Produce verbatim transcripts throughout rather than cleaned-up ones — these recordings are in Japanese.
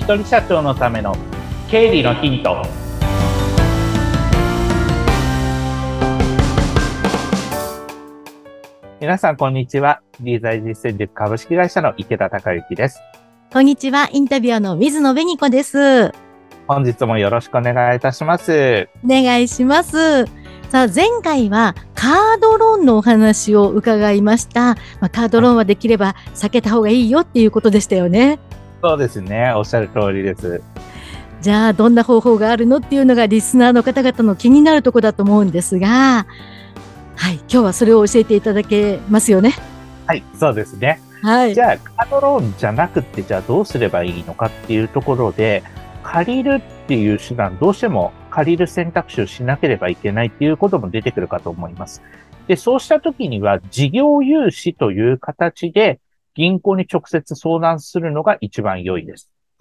人社長のための経理のヒント。皆さんこんにちは。リーザイ実践塾株式会社の池田孝之です。 こんにちは。インタビュアーの水野紅子です。 本日もよろしくお願いいたします。 お願いします。さあ、前回はカードローンのお話を伺いました。まあ、カードローンはできれば避けた方がいいよっていうことでしたよね。 そうですね。おっしゃる通りです。 じゃあ、どんな方法があるのっていうのがリスナーの方々の気になるところだと思うんですが、はい、今日はそれを教えていただけますよね。 はい、そうですね。 はい。 じゃあ、カードローンじゃなくて、じゃあどうすればいいのかっていうところで、借りるっていう手段、どうしても借りる選択肢をしなければいけないっていうことも出てくるかと思います。で、そうしたときには、事業融資という形で銀行に直接相談するのが一番良いです。 うん。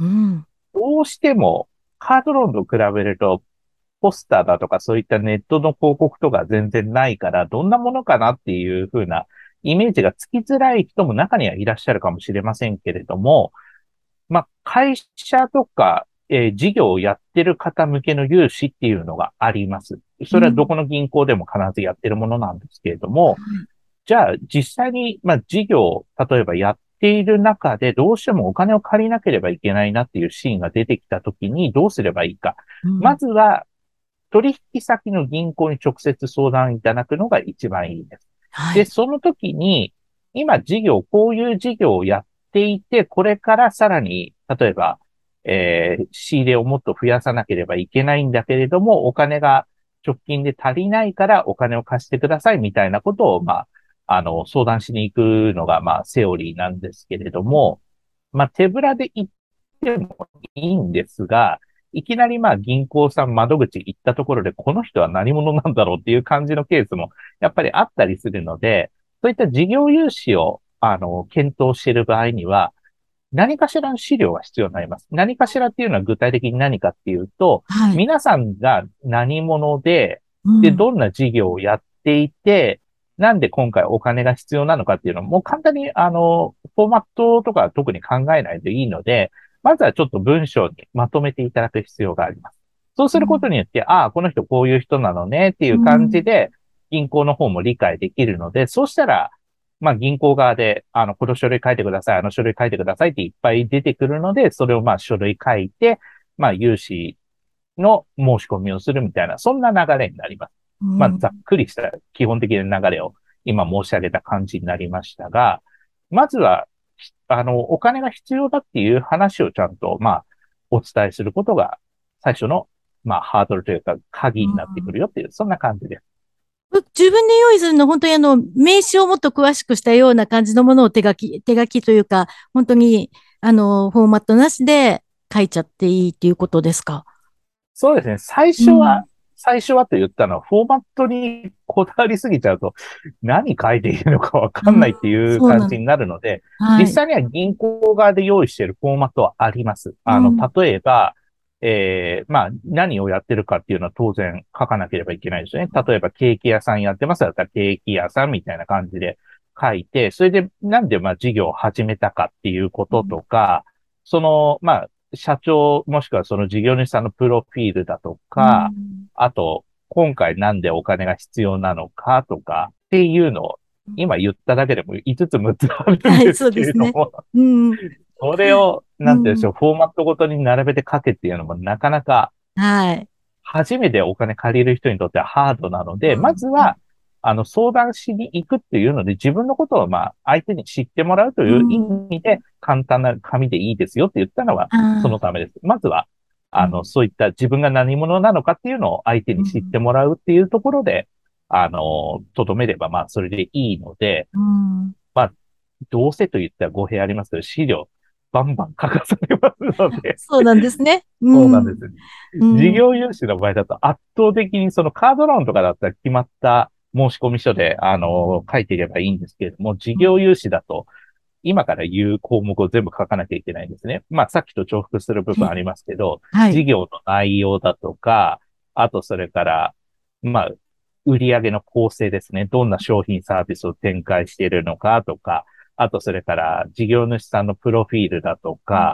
どうしても、カードローンと比べると、ポスターだとかそういったネットの広告とか全然ないから、どんなものかなっていう風なイメージがつきづらい人も中にはいらっしゃるかもしれませんけれども、まあ、会社とか、えー事業をやってる方向けの融資っていうのがあります。それはどこの銀行でも必ずやってるものなんですけれども、じゃあ実際に、まあ、事業を例えばやっている中でどうしてもお金を借りなければいけないなっていうシーンが出てきたときにどうすればいいか。 うん。 まずは、取引先の銀行に直接相談いただくのが一番いいです。で、 はい。 その時に、今事業、こういう事業をやっていて、これからさらに、例えば、えー仕入れをもっと増やさなければいけないんだけれども、お金が直近で足りないからお金を貸してくださいみたいなことを、まあ、あの、相談しに行くのが、まあ、セオリーなんですけれども、まあ、手ぶらで行ってもいいんですが、いきなりまあ銀行さん窓口行ったところで、この人は何者なんだろうっていう感じのケースもやっぱりあったりするので、そういった事業融資を、あの、検討している場合には、何かしらの資料が必要になります。何かしらっていうのは具体的に何かっていうと、 はい。 皆さんが何者で、で、 うん。 どんな事業をやっていて、なんで今回お金が必要なのかっていうのも、もう簡単に、あの、フォーマットとかは特に考えないでいいので、まずはちょっと文章にまとめていただく必要があります。そうすることによって、ああ、この人こういう人なのねっていう感じうん。 で、銀行の方も理解できるので、そうしたら、まあ銀行側で、あの、この書類書いてください、あの書類書いてくださいっていっぱい出てくるので、それをまあ書類書いて、まあ融資の申し込みをするみたいな、そんな流れになります。 うまあざっん。 くりした基本的な流れを今申し上げた感じになりましたが、まずは、あの、お金が必要だっていう話をちゃんと、まあ、お伝えすることが最初の、まあ、ハードルというか鍵になってくるよっていう、そんな感じです。 自分で用意するの、本当にあの、名刺をもっと詳しくしたような感じのものを手書き、手書きというか、本当に、あの、フォーマットなしで書いちゃっていいっていうことですか？ そうですね。最初は、 うん。 最初はと言ったのは、フォーマットにこだわりすぎちゃうと、何書いていいのかわかんうん。 ないっていうそうなんだ。 感じになるので、実はい。 際には銀行側で用意しているフォーマットはあります。あの、 うん。 例えば、えー、まあ、何をやってるかっていうのは当然書かなければいけないですよね。例えば、ケーキ屋さんやってますだったら、ケーキ屋さんみたいな感じで書いて、それで、なんで、まあ、事業を始めたかっていうこととか、その、まあ、社長、もしくはその事業主さんのプロフィールだとうか、 ん。 あと、今回なんでお金が必要なのかとかっていうのを、今言っただけでもいつつむっつあるんはい、 ですけそうですね。 れども、 うん。 それを、 うん。 なんて言うんでしょう、フォーマットごとに並べて書けっていうのもなかなかはい。 初めてお金借りる人にとってはハードなので、まうん。 ずは、あの、相談しに行くっていうので、自分のことを、まあ、相手に知ってもらうという意うん。 味で、簡単な紙でいいですよって言ったのは、そのああ。 ためです。まずは、あの、 うん。 そういった自分が何者なのかっていうのを相手に知ってうん。 もらうっていうところで、あの、とどめれば、まあ、それでいいので、 うん。 まあ、どうせと言ったら語弊ありますけど、資料、バンバン書かされますので、 そうなんですね。うそうなんでん。 す。 うん。 事業融資の場合だと圧倒的にそのカードローンとかだったら決まった申込書で、あの、書いていればいいんですけれども、事業融資だと今から言う項目を全部書かなきゃいけないんですね。まあさっきと重複する部分ありますけど、 はい。 事業の内容だとか、あとそれから、まあ、売上の構成ですね。どんな商品サービスを展開しているのかとか、あとそれから事業主さんのプロフィールだとか、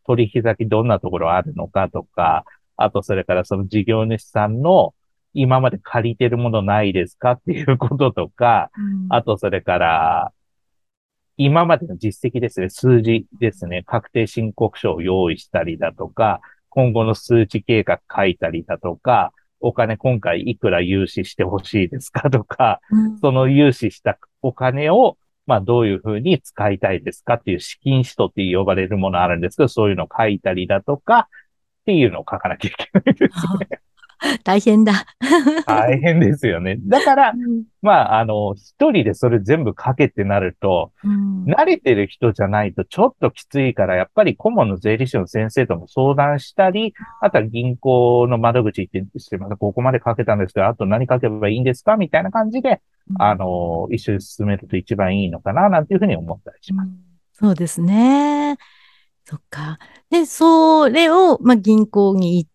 取引先どんなところあるのかとか、あとそれからその事業主さんの今まで借りてるものないですかっていうこととか、 うん。 あとそれから今までの実績ですね、数字ですね、確定申告書を用意したりだとか、今後の数値計画書いたりだとか、お金今回いくら融資してほしいですかとか、 うん。 その融資したお金を、まあどういうふうに使いたいですかっていう資金使途って呼ばれるものあるんですけど、そういうのを書いたりだとか、っていうのを書かなきゃいけないですあ、 ね。 大変だ。 大変ですよね。だから、 うん。 まあ、あの、一人でそれ全部書けってなると、 うん。 慣れてる人じゃないとちょっときついから、やっぱり顧問の税理士の先生とも相談したり、あとは銀行の窓口行って、すいません、ここまで書けたんですけど、あと何書けばいいんですかみたいな感じで、あの、一緒に進めると一番いいのかな、なんていうふうに思ったりします。 うん。そうですね。そっか。で、それを、まあ、銀行に行って、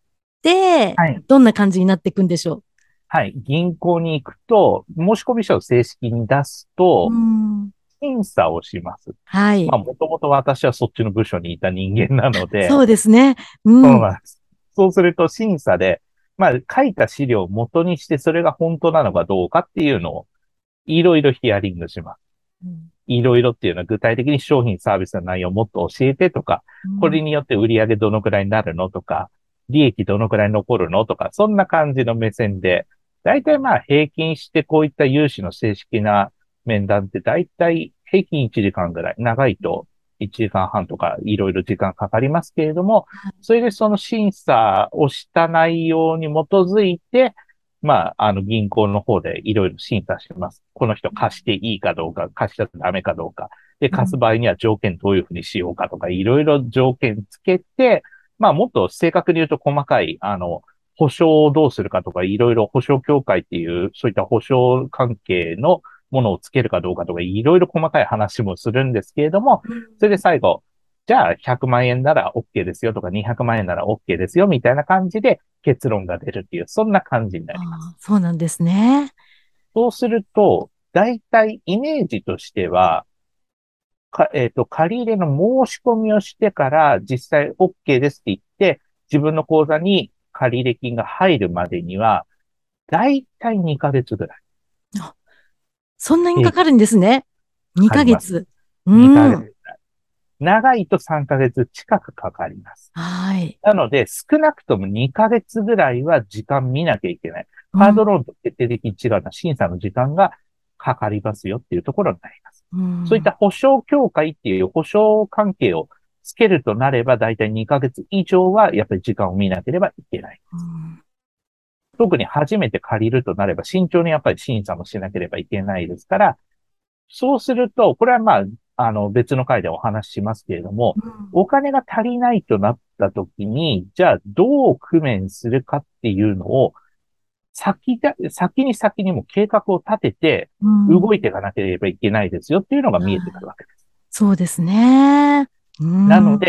はい。 どんな感じになっていくんでしょはい。銀行に行くと、申込書を正式に出すう。うと、 ん。 審査をします。 はい。 まあ、もともと私はそっちの部署にいた人間なので、 そうですね。うそうん。 なんです。そうすると審査で、まあ、書いた資料を元にしてそれが本当なのかどうかっていうのをいろいろヒアリングします。 うん。 いろいろっていうのは具体的に商品サービスの内容をもっと教えてとか、これによって売上どのくらいになるのとか、利益どのくらい残るのとか、そんな感じの目線で、だいたいまあ平均してこういった融資の正式な面談ってだいたい平均いちじかんぐらい、長いといちじかんはんとかいろいろ時間かかりますけれども、それでその審査をした内容に基づいて、まあ、あの、銀行の方でいろいろ審査します。この人貸していいかどうか、貸しちゃダメかどうか。で、 うん。 貸す場合には条件どういうふうにしようかとか、いろいろ条件つけて、まあ、もっと正確に言うと細かい、あの、保証をどうするかとか、いろいろ保証協会っていう、そういった保証関係のものをつけるかどうかとか、いろいろ細かい話もするんですけれども、それで最後、じゃあひゃくまん円なら OK ですよとか、にひゃくまん円なら OK ですよみたいな感じで結論が出るっていう、そんな感じになります。 ああ、そうなんですね。 そうすると、大体イメージとしては、か、えっと、借り入れの申し込みをしてから、実際 OK ですって言って、自分の口座に借入金が入るまでには、大体にかげつぐらい、 あ、そんなにか平均かるんですね。2 かかります。 ヶ月。う 2ヶ月ん。 ぐらい。長いとさんかげつ近くかかります。 はい。 なので、少なくともにかげつぐらいは時間見なきゃいけない。 うん。 カードローンと決定的に違うのは審査の時間がかかりますよっていうところになります。 うん。 そういった保証協会っていう保証関係をつけるとなれば、だいたいにかげつ以上はやっぱり時間を見なければいけない。 うん。 特に初めて借りるとなれば、慎重にやっぱり審査もしなければいけないですから、そうすると、これはまあ、あの、別の回でお話ししますけれども、お金が足りないとなった時に、じゃあどう工面するかっていうのを、先だ、先に先にも計画を立てて、 うん。 動いていかなければいけないですよっていうのが見えてくるはい。 わけです。 そうですね。うん。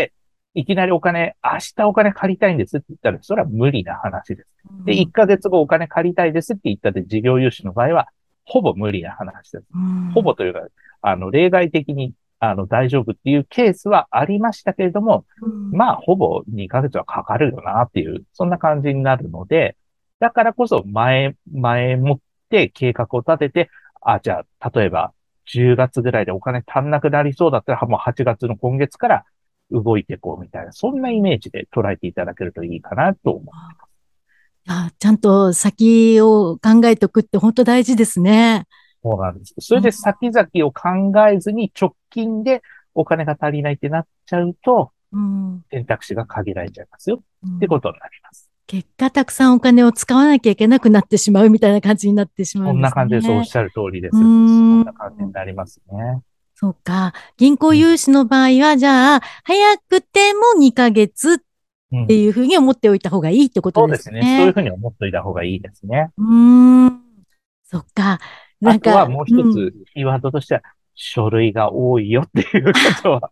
なので、いきなりお金、明日お金借りたいんですって言ったら、それは無理な話です。で、1 うん。 ヶ月後お金借りたいですって言ったって事業融資の場合は、ほぼ無理な話です。 うん。 ほぼというか、あの、例外的に、あの、大丈夫っていうケースはありましたけれども、 うん。 まあ、ほぼにかげつはかかるよなっていう、そんな感じになるので、だからこそ前、前もって計画を立てて、あ、じゃあ、例えば、じゅうがつぐらいでお金足んなくなりそうだったら、もうはちがつの今月から動いていこうみたいな、そんなイメージで捉えていただけるといいかなと思う。 あ、ちゃんと先を考えておくって本当大事ですね。 そうなんです。それうん。 で先々を考えずに直近でお金が足りないってなっちゃうと、 うん。 選択肢が限られちゃいますよってうん。 ことになります。 結果たくさんお金を使わなきゃいけなくなってしまうみたいな感じになってしまうんですそんな感じです。おっね。 しゃる通りでうーす。そんん。 な感じになりますね。 そうか。銀行うん。 融資の場合は、じゃあ、早くてもにかげつってうん。 いうふうに思っておいた方がいいってことですそうですね。そういうね。 ふうに思っておいた方がいいですね。 うーん。そっか。なんか、 あとはもう一うん。 つ、キーワードとしては、書類が多いよっていうことは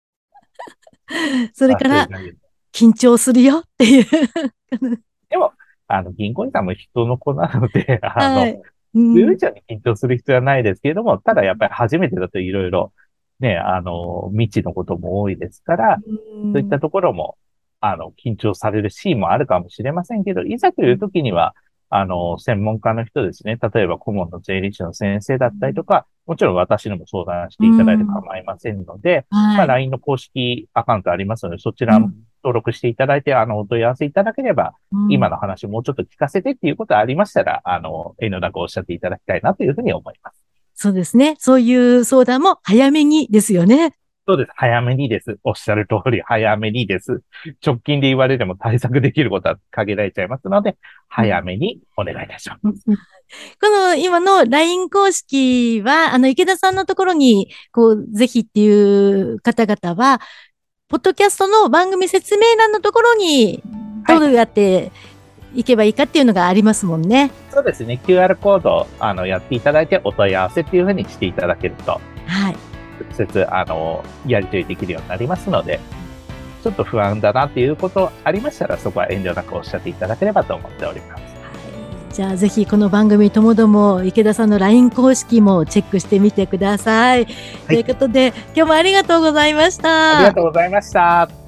それから、 忘れないように。 緊張するよっていう。 でも、あの、銀行員さんも人の子なので、あの、 はい。うん。 ルーちゃんに緊張する必要はないですけれども、ただやっぱり初めてだといろいろね、あの、未知のことも多いですから、そういったところも、あの、緊張されるシーンもあるかもしれませんけど、いざという時には、あの、専門家の人ですね。例えば顧問の税理士の先生だったりとか、もちろん私にも相談していただいて構いませんので、まあ、 はい。 ライン の公式アカウントありますので、そちら登うん。 録していただいて、あの、お問い合わせいただければ、 うん。 今の話もうちょっと聞かせてっていうことがありましたら、あの、遠慮なくおっしゃっていただきたいなというふうに思います。 そうですね。そういう相談も早めにですよね。 そうです。早めにです。おっしゃる通り、早めにです。直近で言われても対策できることは限られちゃいますので、 うん。 早めにお願いいたします。 この今の ライン 公式は、あの、池田さんのところに、こう、ぜひっていう方々は、ポッドキャストの番組説明欄のところに、 はい。 どうやっていけばいいかっていうのがありますもんね。 そうですね。キューアール コード、あの、やっていただいてお問い合わせっていうふうにしていただけると、 はい。 直接、あの、やり取りできるようになりますので、ちょっと不安だなっていうことありましたら、そこは遠慮なくおっしゃっていただければと思っております。 じゃあぜひこの番組ともども池田さんの ライン 公式もチェックしてみてください。 はい。 ということで今日もありがとうございましありがた。 とうございました。